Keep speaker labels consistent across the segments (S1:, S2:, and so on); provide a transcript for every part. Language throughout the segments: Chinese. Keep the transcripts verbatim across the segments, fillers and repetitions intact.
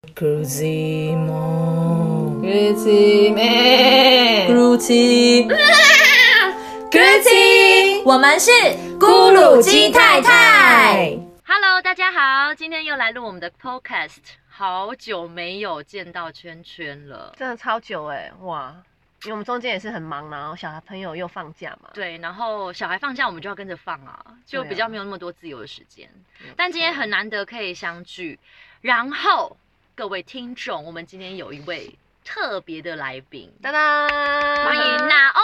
S1: Gruzimo
S2: Gruzime
S1: Gruzi
S2: Gruzi，我们是
S1: 咕噜鸡太太。
S3: Hello， 大家好，今天又来录我们的 Podcast， 好久没有见到圈圈了，
S2: 真的超久哎、欸，哇！因为我们中间也是很忙，然后小朋友又放假嘛。
S3: 对，然后小孩放假我们就要跟着放啊，就比较没有那么多自由的时间。啊、但今天很难得可以相聚，然后各位听众，我们今天有一位特别的来宾，
S2: 当当，
S3: 欢迎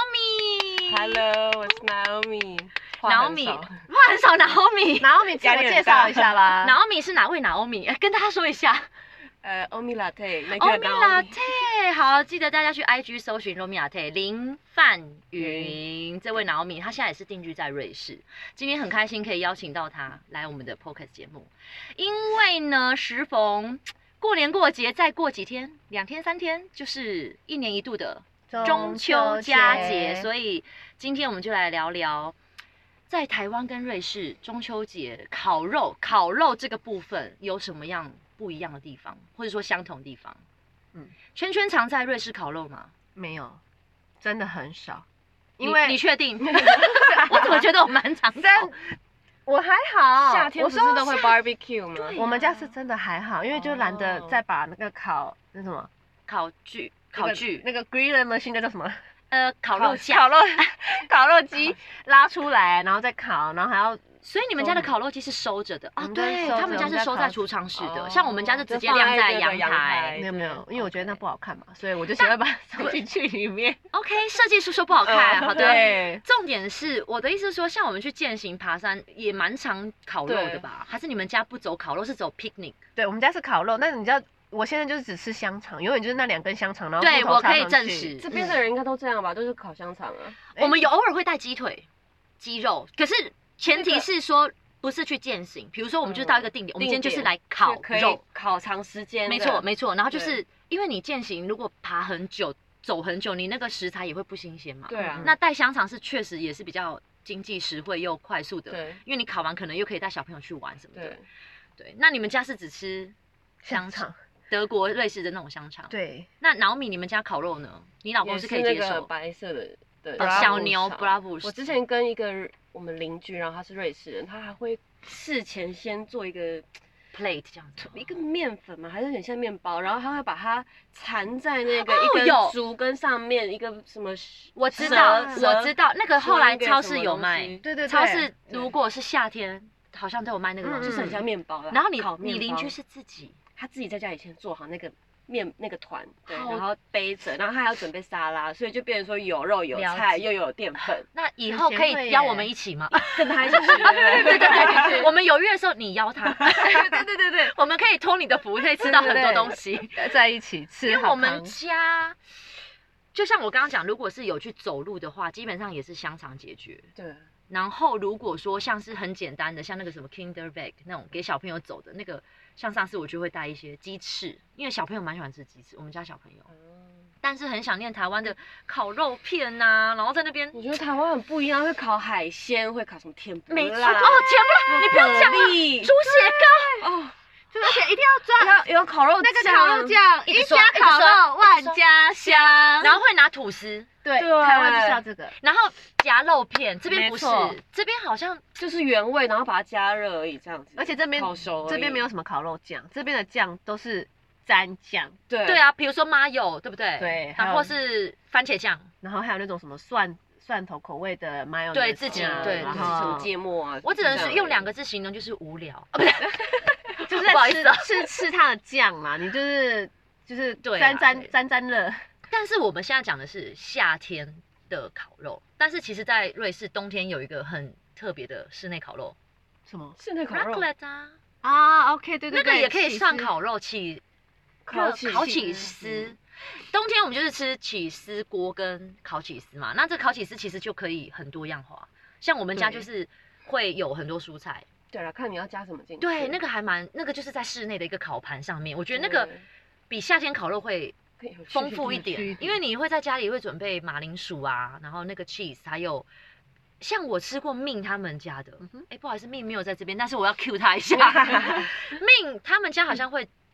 S3: Naomi。Hello，
S4: 我是 Naomi。
S3: Naomi， 话很少 Naomi。Naomi，
S2: 自我介绍一下吧。
S3: Naomi 是哪位 Naomi？ 跟大家说一下。
S4: 呃 ，Omi Latte， 那个
S3: Omi Latte， 好，记得大家去 I G 搜寻 Omi Latte 林范云、嗯、这位 Naomi， 她现在也是定居在瑞士。今天很开心可以邀请到她来我们的 Podcast 节目，因为呢，时逢过年过节，再过几天，两天三天，就是一年一度的中秋佳节，所以今天我们就来聊聊。在台湾跟瑞士中秋节烤肉，烤肉这个部分有什么样不一样的地方，或者说相同地方？嗯，圈圈常在瑞士烤肉吗？
S2: 没有，真的很少。
S3: 因为 你, 你确定？我怎么觉得我蛮常在？
S2: 我还好，
S4: 夏天不是都会 barbecue 吗？
S2: 我们家是真的还好，因为就懒得再把那个烤那什么
S3: 烤具烤具
S2: 那个 griller machine 那叫什么？
S3: 呃，烤肉架、
S2: 烤肉、烤肉机拉出来，然后再烤，然后还要。
S3: 所以你们家的烤肉机是收着的啊？对，他们家是收在储藏室的，像我们家是直接晾在阳台。
S2: 没有没有，因为我觉得那不好看嘛，所以我就喜欢把它收进去里面。
S3: OK， 设计师说不好看，好的。重点是我的意思是说，像我们去健行、爬山也蛮常烤肉的吧？还是你们家不走烤肉，是走 picnic？
S2: 对，我们家是烤肉，但是你知道。我现在就是只吃香肠，永远就是那两根香肠，然后
S3: 对我可以证实，
S4: 这边的人应该都这样吧，都是烤香肠啊。
S3: 我们有偶尔会带鸡腿、鸡肉，可是前提是说不是去健行，比如说我们就是到一个定点，我们今天就是来烤肉，
S4: 烤长时间。
S3: 没错没错，然后就是因为你健行如果爬很久、走很久，你那个食材也会不新鲜嘛。
S4: 对啊。
S3: 那带香肠是确实也是比较经济实惠又快速的，
S4: 对，
S3: 因为你烤完可能又可以带小朋友去玩什么的。对，那你们家是只吃香肠？德国、瑞士的那种香肠。
S2: 对。
S3: 那Naomi，你们家烤肉呢？你老公是可以接受？
S4: 是那个白色的的
S3: 小牛 Bravus。
S4: 我之前跟一个我们邻居，然后他是瑞士人，他还会事前先做一个
S3: plate 这样子，
S4: 一个面粉嘛，还是很像面包，然后他会把它缠在那个一根竹根上面，一个什么？
S3: 我知道，我知道，那个后来超市有卖。
S2: 对对对。
S3: 超市如果是夏天，好像都有卖那个东西，
S4: 就是很像面包。
S3: 然后你你邻居是自己。
S4: 他自己在家里先做好那个面那个团，对，然后背着，然后他还要准备沙拉，所以就变成说有肉有菜又有淀粉。
S3: 那以后可以邀我们一起吗？
S4: 跟他一起，对
S3: 对对，我们有约的时候你邀他，
S2: 对对对对，
S3: 我们可以托你的福，可以吃到很多东西，
S2: 在一起吃。
S3: 因为我们家，就像我刚刚讲，如果是有去走路的话，基本上也是香肠解决。
S4: 对。
S3: 然后如果说像是很简单的，像那个什么 Kinder Bag 那种给小朋友走的那个。像上次我就会带一些鸡翅，因为小朋友蛮喜欢吃鸡翅，我们家小朋友，嗯、但是很想念台湾的烤肉片呐、啊，然后在那边，
S4: 我觉得台湾很不一样，会烤海鲜，会烤什么甜不辣，
S3: 没错哦，甜不辣，你不要讲了，猪血糕哦。
S2: 而且一定要抓，
S4: 有烤肉
S2: 那个烤肉酱，一家烤肉万家香，
S3: 然后会拿吐司，
S2: 对，台湾就是要这个，
S3: 然后夹肉片，这边不是，这边好像
S4: 就是原味，然后把它加热而已这样子，
S2: 而且这边这边没有什么烤肉酱，这边的酱都是蘸酱，
S4: 对
S3: 对啊，比如说麻油，对不对？
S2: 对，
S3: 然后是番茄酱，
S2: 然后还有那种什么蒜。蒜头口味的麻油，
S3: 对自己对，
S4: 然后什么芥末啊，
S3: 我只能是用两个字形容，就是无聊，啊、不是，
S2: 就是在吃吃吃它的酱嘛，你就是就是沾沾沾沾乐。
S3: 但是我们现在讲的是夏天的烤肉，但是其实，在瑞士冬天有一个很特别的室内烤肉，
S2: 什么
S4: 室内烤肉
S3: ？Raclette 啊
S2: 啊 ，OK， 对对对，
S3: 那个也可以上烤肉起
S4: 烤
S3: 烤起司。冬天我们就是吃起司锅跟烤起司嘛，那这烤起司其实就可以很多样化，像我们家就是会有很多蔬菜。
S4: 对了，看你要加什么进去。
S3: 对，那个还蛮，那个就是在室内的一个烤盘上面，我觉得那个比夏天烤肉会丰富一点，因为你会在家里会准备马铃薯啊，然后那个 cheese， 还有像我吃过命他们家的，哎、欸，不好意思，命没有在这边，但是我要 cue 他一下。命他们家好像会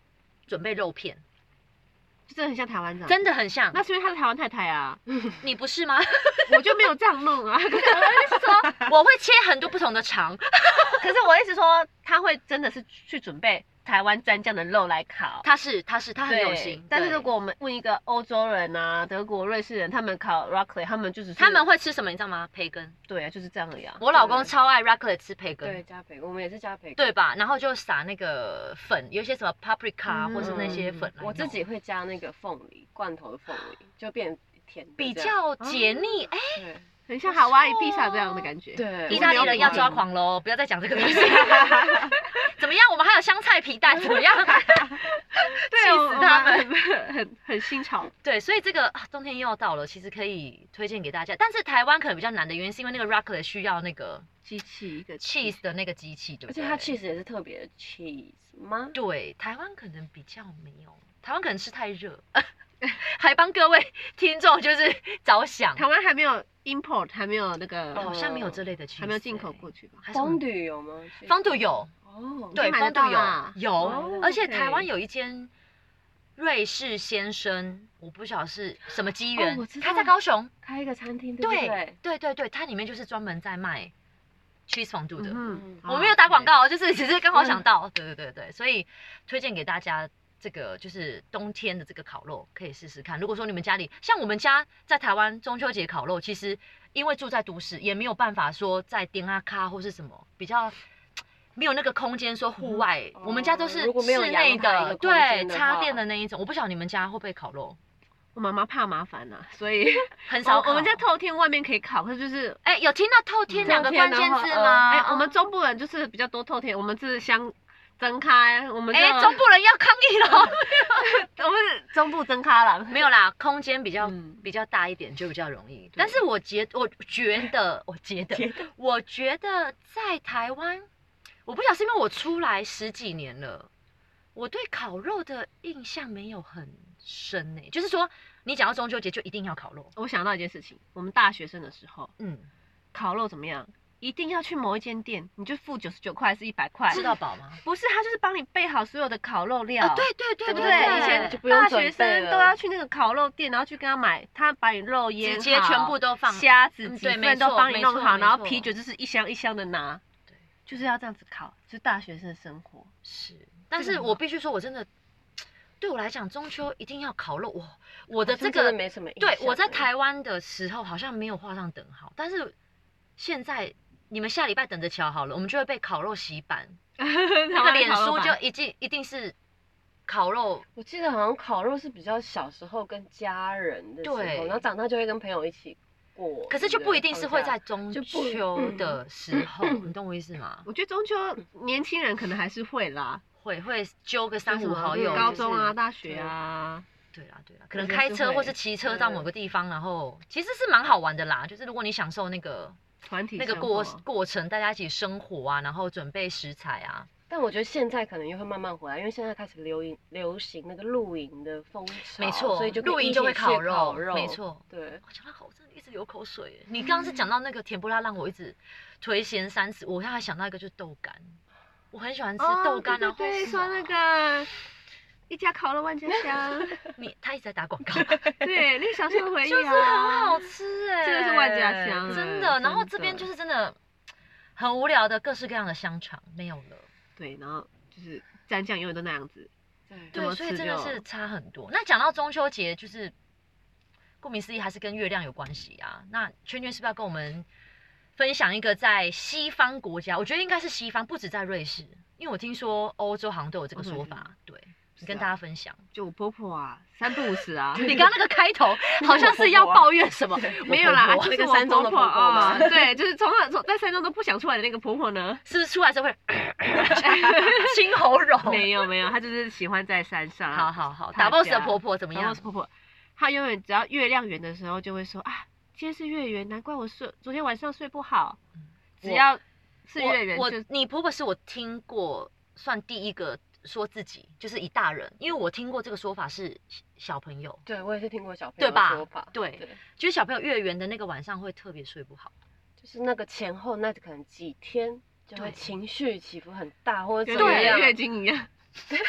S3: 准备肉片，
S2: 就真的很像台湾这样，
S3: 真的很像。
S2: 那是因为他是台湾太太啊，
S3: 你不是吗？
S2: 我就没有这样弄啊。可是我的意思说，
S3: 我会切很多不同的肠。
S2: 可是我的意思说，他会真的是去准备台湾蘸酱的肉来烤。
S3: 他是他是他很有心。
S2: 但是如果我们问一个欧洲人啊、德国、瑞士人，他们烤 raclette， 他们就只是
S3: 他们会吃什么？你知道吗？培根。
S2: 对啊，就是这样而已啊。
S3: 我老公超爱 raclette 吃培根。
S4: 对，加培根，我们也是加培根。
S3: 对吧？然后就撒那个粉，有一些什么 paprika、嗯、或是那些粉来。
S4: 我自己会加那个凤梨，罐头的凤梨，就变甜的，
S3: 比较解腻。哎、
S2: 哦欸，很像夏威夷披萨这样的感觉。
S4: 对，
S3: 意大利人要抓狂喽！不要再讲这个东西。怎么样？我们还有香菜皮蛋，怎么样？
S2: 对，气死他们，很很很新潮。
S3: 对，所以这个、啊、冬天又要到了，其实可以推荐给大家。但是台湾可能比较难的原因，是因为那个 raclette 需要那个
S2: 机器，一个
S3: cheese 的那个机器，对不对？
S4: 而且它 cheese 也是特别的 cheese 吗？
S3: 对，台湾可能比较没有，台湾可能吃太热。还帮各位听众就是着想，
S2: 台湾还没有 import， 还没有那个，
S3: 好像没有这类的 cheese，
S2: 还没有进口过去吧？
S4: 方度有吗？
S3: 方度有，
S4: 哦，
S3: 对，方度有有，
S2: 哦、
S3: 而且台湾有一间瑞士先生，我不晓得是什么机缘，
S4: 哦、
S3: 开在高雄，
S4: 开一个餐厅，
S3: 对
S4: 对对
S3: 对对对，它里面就是专门在卖 cheese 方度的，
S2: 嗯，
S3: 我没有打广告，就是只是刚好想到，对对对对，所以推荐给大家。这个就是冬天的这个烤肉，可以试试看。如果说你们家里像我们家在台湾中秋节烤肉，其实因为住在都市，也没有办法说在点啊咖或是什么比较没有那个空间说户外、嗯，我们家都是室内的，
S4: 的
S3: 对，插电的那一种。我不晓得你们家会不会烤肉？
S2: 我妈妈怕麻烦呐、啊，所以
S3: 很少烤。
S2: 我们家透天外面可以烤，可是就是
S3: 哎、欸，有听到透天两个关键字吗？
S2: 哎、呃欸，我们中部人就是比较多透天，我们是相。增开，我们
S3: 哎、欸，中部人要抗议了。
S2: 我们中部增开了，
S3: 没有啦，空间比较、
S2: 嗯、
S3: 比较大一点就比较容易。但是我觉我觉得，我觉得，我觉得在台湾，我不晓得是因为我出来十几年了，我对烤肉的印象没有很深呢、欸。就是说，你讲到中秋节就一定要烤肉。
S2: 我想到一件事情，我们大学生的时候，
S3: 嗯，
S2: 烤肉怎么样？一定要去某一间店，你就付九十九块还是一百块，
S3: 吃到饱吗？
S2: 不是，他就是帮你备好所有的烤肉料。
S3: 啊，对对对
S2: 对不对？以前
S4: 就不用
S2: 大学生都要去那个烤肉店，然后去跟他买，他把你肉腌好，
S3: 直接全部都放，
S2: 虾子几份都帮你弄好，然后啤酒就是一箱一箱的拿。
S3: 对，
S2: 就是要这样子烤，就是大学生的生活。
S3: 是，但是我必须说，我真的。对我来讲，中秋一定要烤肉。我我的这个
S4: 没什么印
S3: 象。对，我在台湾的时候好像没有画上等号，但是现在。你们下礼拜等着瞧好了，我们就会被烤肉洗版，那个脸书就一定一定是烤肉。
S4: 我记得好像烤肉是比较小时候跟家人的时候，然后长大就会跟朋友一起过。
S3: 可是就不一定是会在中秋的时候，你懂我意思吗？
S2: 我觉得中秋年轻人可能还是会啦，
S3: 会会揪个三五好友，
S2: 高中啊、大学啊。
S3: 对啦对啦，可能开车或是骑车到某个地方，然后其实是蛮好玩的啦。就是如果你享受那个。
S2: 团体
S3: 那个过过程，大家一起生活啊，然后准备食材啊。
S4: 但我觉得现在可能又会慢慢回来，因为现在开始流行流行那个露营的风潮，
S3: 没错，
S4: 所以就
S3: 露营就会烤肉，
S4: 烤肉
S3: 没错。
S4: 对，
S3: 我讲到烤，我真的一直流口水耶。你刚刚是讲到那个甜不辣，让我一直垂涎三尺。我现在想到一个就是豆干，我很喜欢吃豆干，然后
S2: 对说那个。一家烤肉万家香，
S3: 你他一直在打广告，
S2: 对，那个小时候回忆啊，
S3: 就是很好吃哎、欸，
S2: 真的是万家香，
S3: 真的。然后这边就是真的很无聊的各式各样的香肠没有了，
S2: 对，然后就是蘸酱永远都那样子，
S3: 对，所以真的是差很多。那讲到中秋节，就是顾名思义还是跟月亮有关系啊。那圈圈是不是要跟我们分享一个在西方国家？我觉得应该是西方，不止在瑞士，因为我听说欧洲好像都有这个说法，对。你跟大家分享，
S2: 就我婆婆啊，三不五时啊。
S3: 你刚刚那个开头好像是要抱怨什么？
S2: 没有啦，
S4: 那个山中的婆婆
S2: 啊，对，就是从从在山中都不想出来的那个婆婆呢，
S3: 是不是出来之后会清喉咙？
S2: 没有没有，她就是喜欢在山上。
S3: 好好好，打 boss 的婆婆怎么样？
S2: 打 boss 婆婆，她永远只要月亮圆的时候就会说啊，今天是月圆，难怪我睡昨天晚上睡不好。只要是月圆，
S3: 我你婆婆是我听过算第一个。说自己就是一大人，因为我听过这个说法是小朋友，
S4: 对我也是听过小朋友
S3: 的
S4: 说法，
S3: 对吧？对，就是小朋友月圆的那个晚上会特别睡不好，
S4: 就是那个前后那可能几天就会情绪起伏很大，或者怎
S2: 么样，
S4: 跟
S2: 月经一样。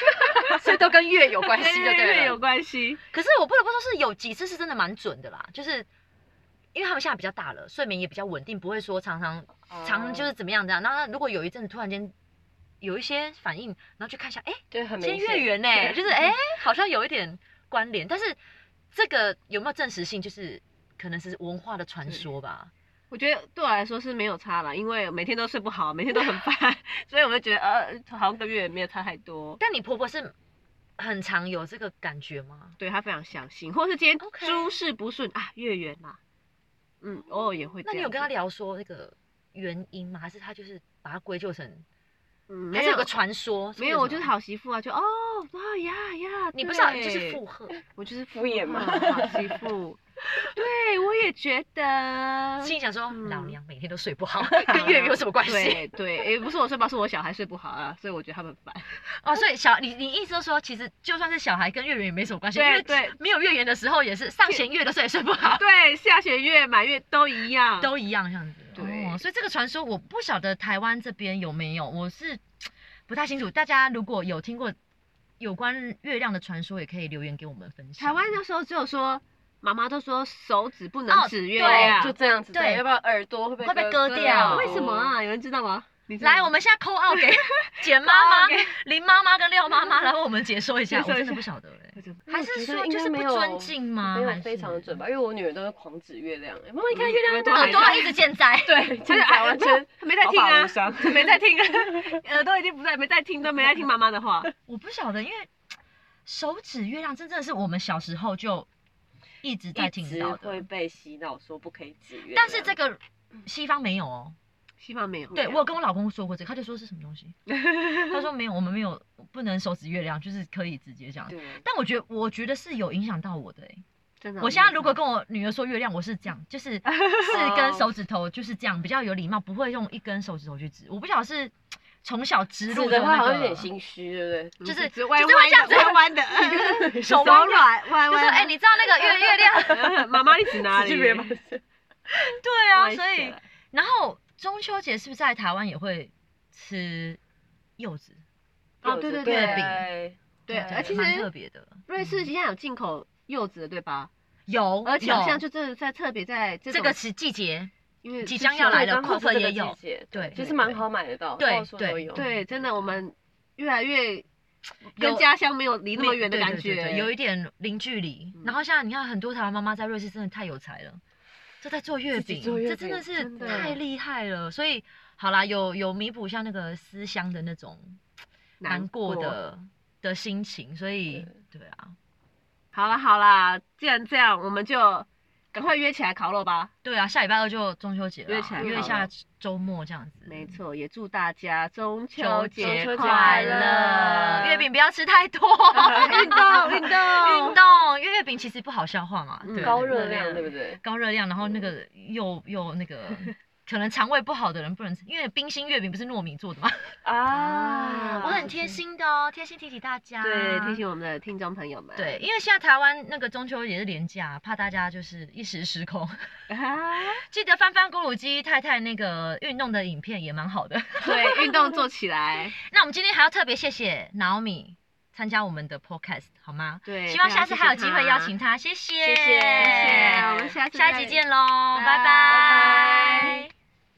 S3: 所以都跟月有关系的，对了，
S2: 月有关系。
S3: 可是我不得不说是有几次是真的蛮准的啦，就是因为他们现在比较大了，睡眠也比较稳定，不会说常常常就是怎么样这样。那如果有一阵子突然间有一些反应，然后去看一下，哎，
S4: 对，很
S3: 今天
S4: 明显
S3: 月圆呢，就是哎，好像有一点关联，但是这个有没有证实性，就是可能是文化的传说吧。
S2: 我觉得对我来说是没有差啦，因为每天都睡不好，每天都很烦，所以我就觉得呃，好像跟月没有差太多。
S3: 但你婆婆是很常有这个感觉吗？
S2: 对她非常相信，或是今天
S3: OK
S2: 诸事不顺啊，月圆啦，嗯，偶尔也会这样。
S3: 那你有跟她聊说那个原因吗？还是她就是把它归咎成，
S2: 嗯，没有
S3: 还是有个传说？
S2: 没有，我就是
S3: 好，
S2: 好媳妇啊，就哦啊呀呀，
S3: 你不是啊
S2: 对
S3: 就是附和，
S2: 我就是
S4: 敷衍嘛
S2: 好媳妇。对，我也觉得。
S3: 心里想说
S2: 嗯
S3: 老娘每天都睡不好，跟月圆有什么关系？
S2: 对对，也不是我睡不好，是我小孩睡不好啊，所以我觉得他们烦。
S3: 哦，所以小你你意思就是说，其实就算是小孩跟月圆也没什么关系，因为
S2: 对对
S3: 没有月圆的时候也是上弦月的时候也睡不好，
S2: 对，下弦月、满月都一样。
S3: 都一样这样子。
S2: 对
S3: 哦，所以这个传说我不晓得台湾这边有没有，我是不太清楚。大家如果有听过有关月亮的传说，也可以留言给我们分享。
S2: 台湾那时候只有说，妈妈都说手指不
S3: 哦
S2: 能指月
S3: 对
S2: 亮，
S4: 就这样子，
S3: 对
S4: 要不要耳朵会被
S3: 会被割掉
S2: 为什么啊？有人知道吗？你知道吗
S3: 来，我们现在扣号给简妈妈、林妈妈跟廖妈妈来为我们解说一下，我真的不晓得哎、还是说就是不尊敬吗？还是
S4: 没有非常的准吧，因为我女儿都是狂指月亮，妈妈你看月亮多
S3: 耳朵要一直健在。
S4: 对，现在完全
S2: 没在听啊
S4: 毫发无伤，
S2: 没在听啊，耳朵已经不在，没在听，都没在听妈妈的话。
S3: 我不晓得，因为手指月亮真正的是我们小时候就一直在听到
S4: 一直会
S3: 的，
S4: 被洗脑说不可以指月亮，
S3: 但是这个西方没有哦。
S2: 西方没有。
S3: 对，我有跟我老公说过这个，他就说是什么东西，他说没有，我们没有，不能手指月亮，就是可以直接这样。
S4: 对，
S3: 但我觉得，我觉得是有影响到我的哎、
S2: 真的。
S3: 我现在如果跟我女儿说月亮，我是这样，就是四根手指头就是这样，比较有礼貌，不会用一根手指头去指。我不晓得是从小植入
S4: 指的话
S3: 那个，
S4: 好像有点心虚，对不对？
S3: 就是
S2: 只弯
S3: 就是会这样子
S2: 弯弯的，
S3: 手
S2: 手
S3: 弯
S2: 软弯弯。
S3: 就说哎、你知道那个月月亮？
S2: 妈妈你指哪里？
S4: 指月吗？
S3: 对啊，所以然后中秋节是不是在台湾也会吃柚子？
S2: 哦对对对
S3: 月饼
S2: 对，而其
S3: 蛮特
S2: 实
S3: 别的。
S2: 瑞士现在有进口柚子的，对吧？
S3: 有，
S2: 而且好像
S3: 有
S2: 就真的在特别在这
S3: 这个是季节，
S2: 因为
S3: 即将要来了
S4: 刚好是
S3: Coop
S4: 这个
S3: 也有
S4: 季节
S3: 对
S4: 其实蛮好买得到，
S3: 对
S4: 到处都有。
S2: 对，真的我们越来越
S3: 有
S2: 跟家乡没有离那么远的感
S3: 对对对对
S2: 觉，
S3: 有一点零距离。
S2: 嗯
S3: 然后现在你看，很多台湾妈妈在瑞士真的太有才了，就在做月饼，
S4: 自己做月
S3: 这真的是
S2: 饼真的
S3: 太厉害了。所以好啦，有有弥补像那个思乡的那种难过的的心情，所以对啊，
S2: 好啦好啦，既然这样，我们就赶快约起来烤肉吧。
S3: 对啊，下礼拜二就中秋节了，
S2: 约起来
S3: 约一下
S2: 烤肉
S3: 周末这样子。
S2: 没错，也祝大家中秋
S3: 秋
S2: 节
S3: 节
S4: 快
S3: 快
S2: 乐
S3: 乐，月饼不要吃太多，
S2: 运动运动
S3: 运动，因为月饼其实不好消化嘛，
S2: 嗯
S3: 对，
S4: 高热量，对不对？
S3: 高热量，然后那个又又那个可能肠胃不好的人不能吃，因为冰心月饼不是糯米做的吗？
S4: 啊，
S3: 我很贴心的哦，贴心提醒大家，
S2: 对，提醒我们的听众朋友们。
S3: 对，因为现在台湾那个中秋也是连假，怕大家就是一时失控。
S2: 啊，
S3: 记得翻翻咕噜鸡太太那个运动的影片也蛮好的。
S2: 对，运动做起来。
S3: 那我们今天还要特别谢谢 Naomi 参加我们的 podcast 好吗？
S2: 对，
S3: 希望下次还有机会邀请
S2: 他。
S3: 她，谢谢，
S4: 谢谢
S2: 谢谢我们下次再
S3: 下一集见喽，
S2: 拜
S3: 拜拜。